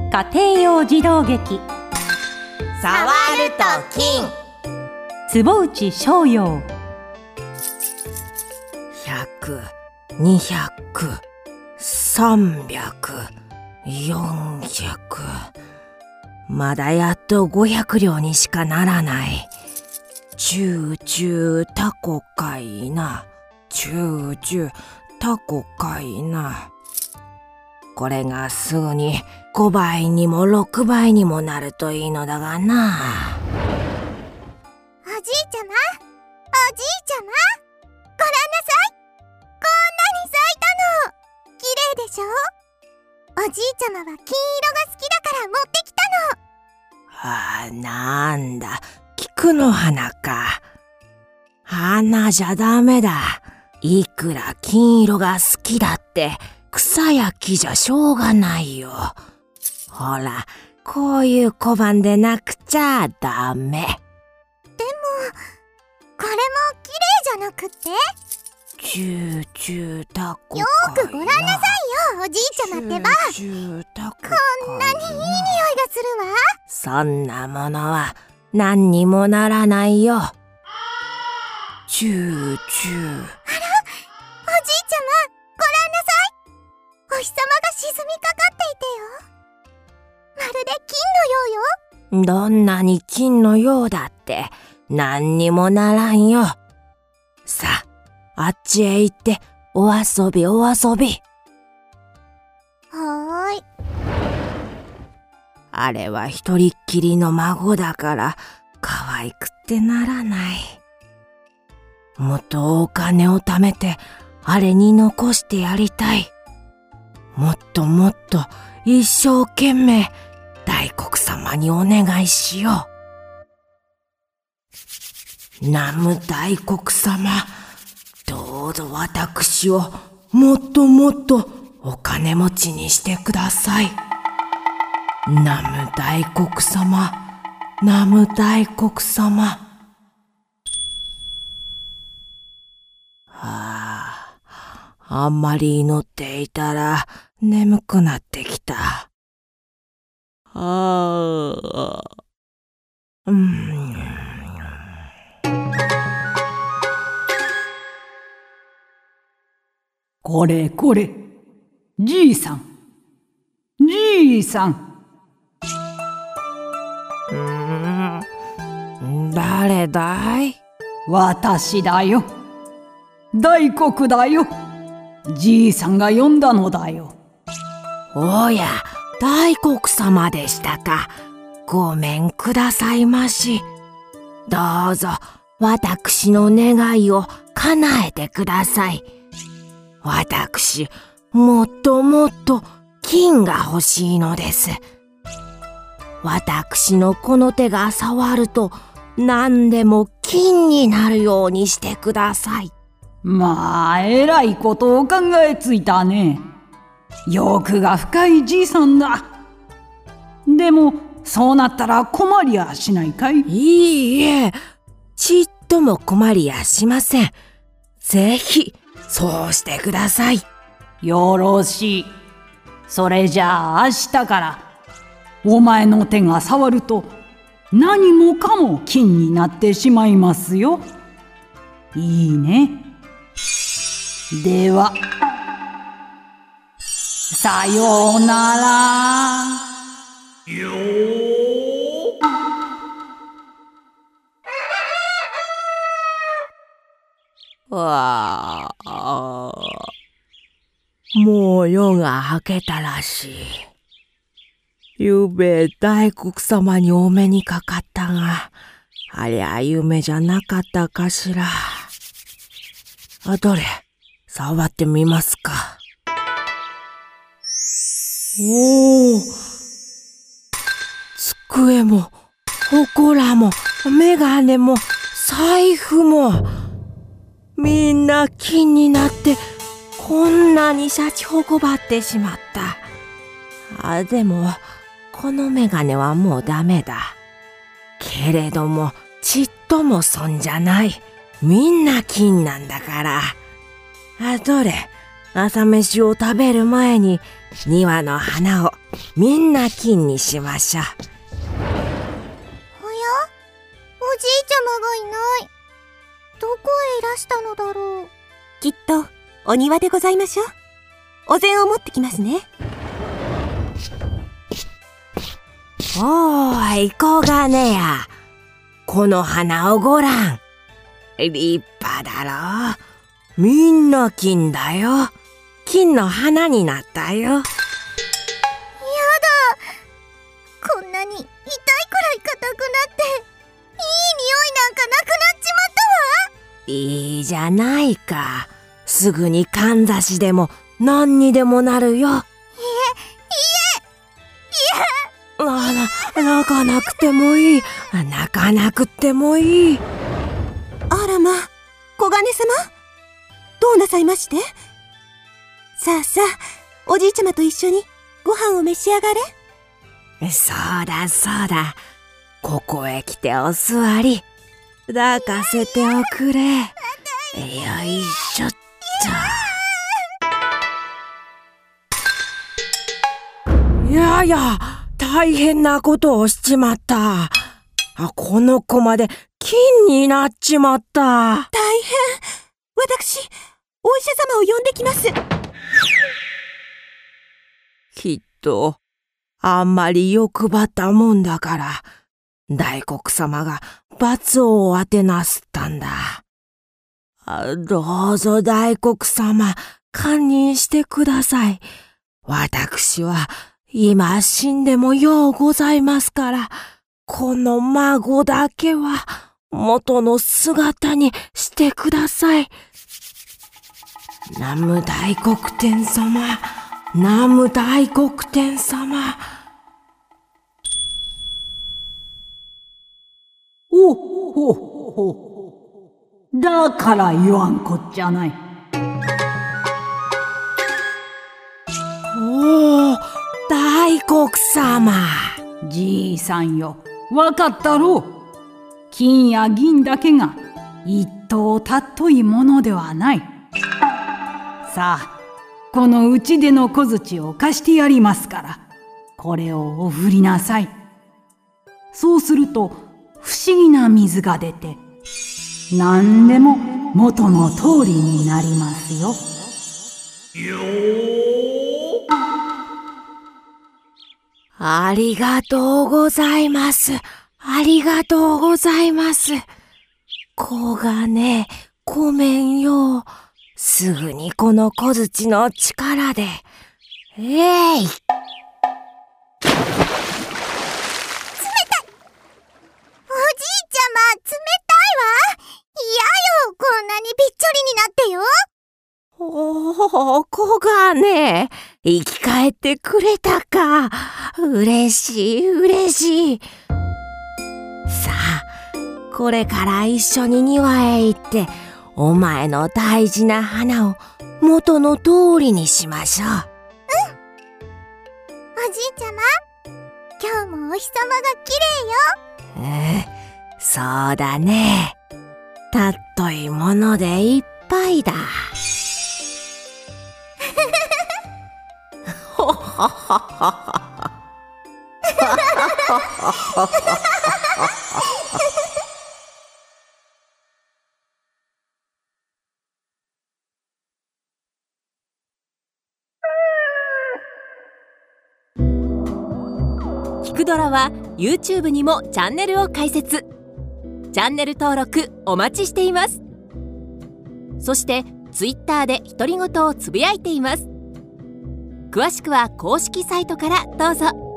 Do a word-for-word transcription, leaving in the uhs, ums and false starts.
家庭用児童劇さわると金坪内逍遙。 百、二百、三百、四百。まだやっと五百両にしかならない。ちゅうちゅうタコかいな。ちゅうちゅうタコかいな。これがすぐにごばいにもろくばいにもなるといいのだがな。 おじいちゃま、おじいちゃま、ごらんなさい。こんなに咲いたの。綺麗でしょ。おじいちゃまは金色が好きだから持ってきたの。 ああ、なんだ、菊の花か。花じゃダメだ。いくら金色が好きだって草や木じゃしょうがないよ。ほら、こういう小判でなくちゃダメ。 でもこれも綺麗じゃなくって。 チューチュータコかいな。 よーくごらんなさいよ、おじいちゃまってば。 チューチュータコかいな。 こんなにいい匂いがするわ。 そんなものは何にもならないよ。チューチュー。 あら、おじいちゃま、ごらんなさい。お日様が沈みかかっていてよ。まるで金のようよ。 どんなに金のようだって何にもならんよ。さあ、あっちへ行ってお遊びお遊び。 はーい。 あれは一人っきりの孫だから可愛くってならない。もっとお金を貯めてあれに残してやりたい。もっともっと一生懸命大黒様にお願いしよう。南無大黒様、どうぞ私をもっともっとお金持ちにしてください。南無大黒様、南無大黒様。ああ、あんまり祈っていたら眠くなってきた。ああ、うん。 これこれ、じいさん、じいさん。 うーん、誰だい？ 私だよ。大黒だよ。じいさんが呼んだのだよ。 おや、大黒様でしたか。ごめんくださいまし。どうぞ私の願いを叶えてください。私、もっともっと金が欲しいのです。私のこの手が触ると何でも金になるようにしてください。 まあ、えらいことを考えついたね。欲が深いじいさんだ。でも、そうなったら困りやしないかい？ いいえ、ちっとも困りやしません。ぜひ、そうしてください。 よろしい。それじゃあ明日から、お前の手が触ると、何もかも金になってしまいますよ。いいね。では、さようなら。よー。わあ、もう夜が明けたらしい。ゆうべ大黒様にお目にかかったが、ありゃ夢じゃなかったかしら。あ、どれ、触ってみますか。おお、机も、ほこらも、メガネも、財布も、みんな金になって、こんなにシャチほこばってしまった。あ、でも、このメガネはもうダメだ。けれども、ちっとも損じゃない。みんな金なんだから。あ、どれ、 朝飯を食べる前に庭の花をみんな金にしましょう。 おや？おじいちゃまがいない。どこへいらしたのだろう。 きっとお庭でございましょう。お膳を持ってきますね。 おーい、黄金や。この花をごらん。立派だろう。みんな金だよ。金の花になったよ。 やだ。こんなに痛いくらい硬くなって、いい匂いなんかなくなっちまったわ。 いいじゃないか。すぐにかんざしでも何にでもなるよ。いえ、いえ、いえ。あな、泣かなくてもいい。泣かなくてもいい。 あらま、黄金様、どうなさいまして？さあさあ、おじいちゃまと一緒にご飯を召し上がれ。 そうだそうだ。ここへ来てお座り。抱かせておくれ。よいしょっと。いやいや、大変なことをしちまった。あ、この子まで金になっちまった。 大変。私、お医者様を呼んできます。 きっと、あんまり欲張ったもんだから、大黒様が罰を当てなすったんだ。あ、どうぞ大黒様、堪忍してください。私は、今死んでもようございますから、この孫だけは元の姿にしてください。南無大黒天様、南無大黒天様。 おほほ。だから言わんこっちゃない。 おお、大黒様。 じいさんよ、わかったろう。金や銀だけが一等たっといものではない。さあ、このうちでの小槌を貸してやりますから、これをお振りなさい。そうすると不思議な水が出て、何でも元の通りになりますよ。 よー。 ありがとうございます。ありがとうございます。黄金、ごめんよ。すぐにこの小槌の力で。えい。 冷たい。おじいちゃま、冷たいわ。嫌よ、こんなにびっちょりになってよ。 おお、黄金、生き返ってくれたか。嬉しい、嬉しい。さあ、これから一緒に庭へ行って、お前の大事な花を元の通りにしましょう。うん。 おじいちゃま、今日もお日様が綺麗よ。うん、そうだね。たっといものでいっぱいだ。ほほほほほ。 ひくドラは YouTube にもチャンネルを開設。チャンネル登録お待ちしています。そして Twitter で独り言をつぶやいています。詳しくは公式サイトからどうぞ。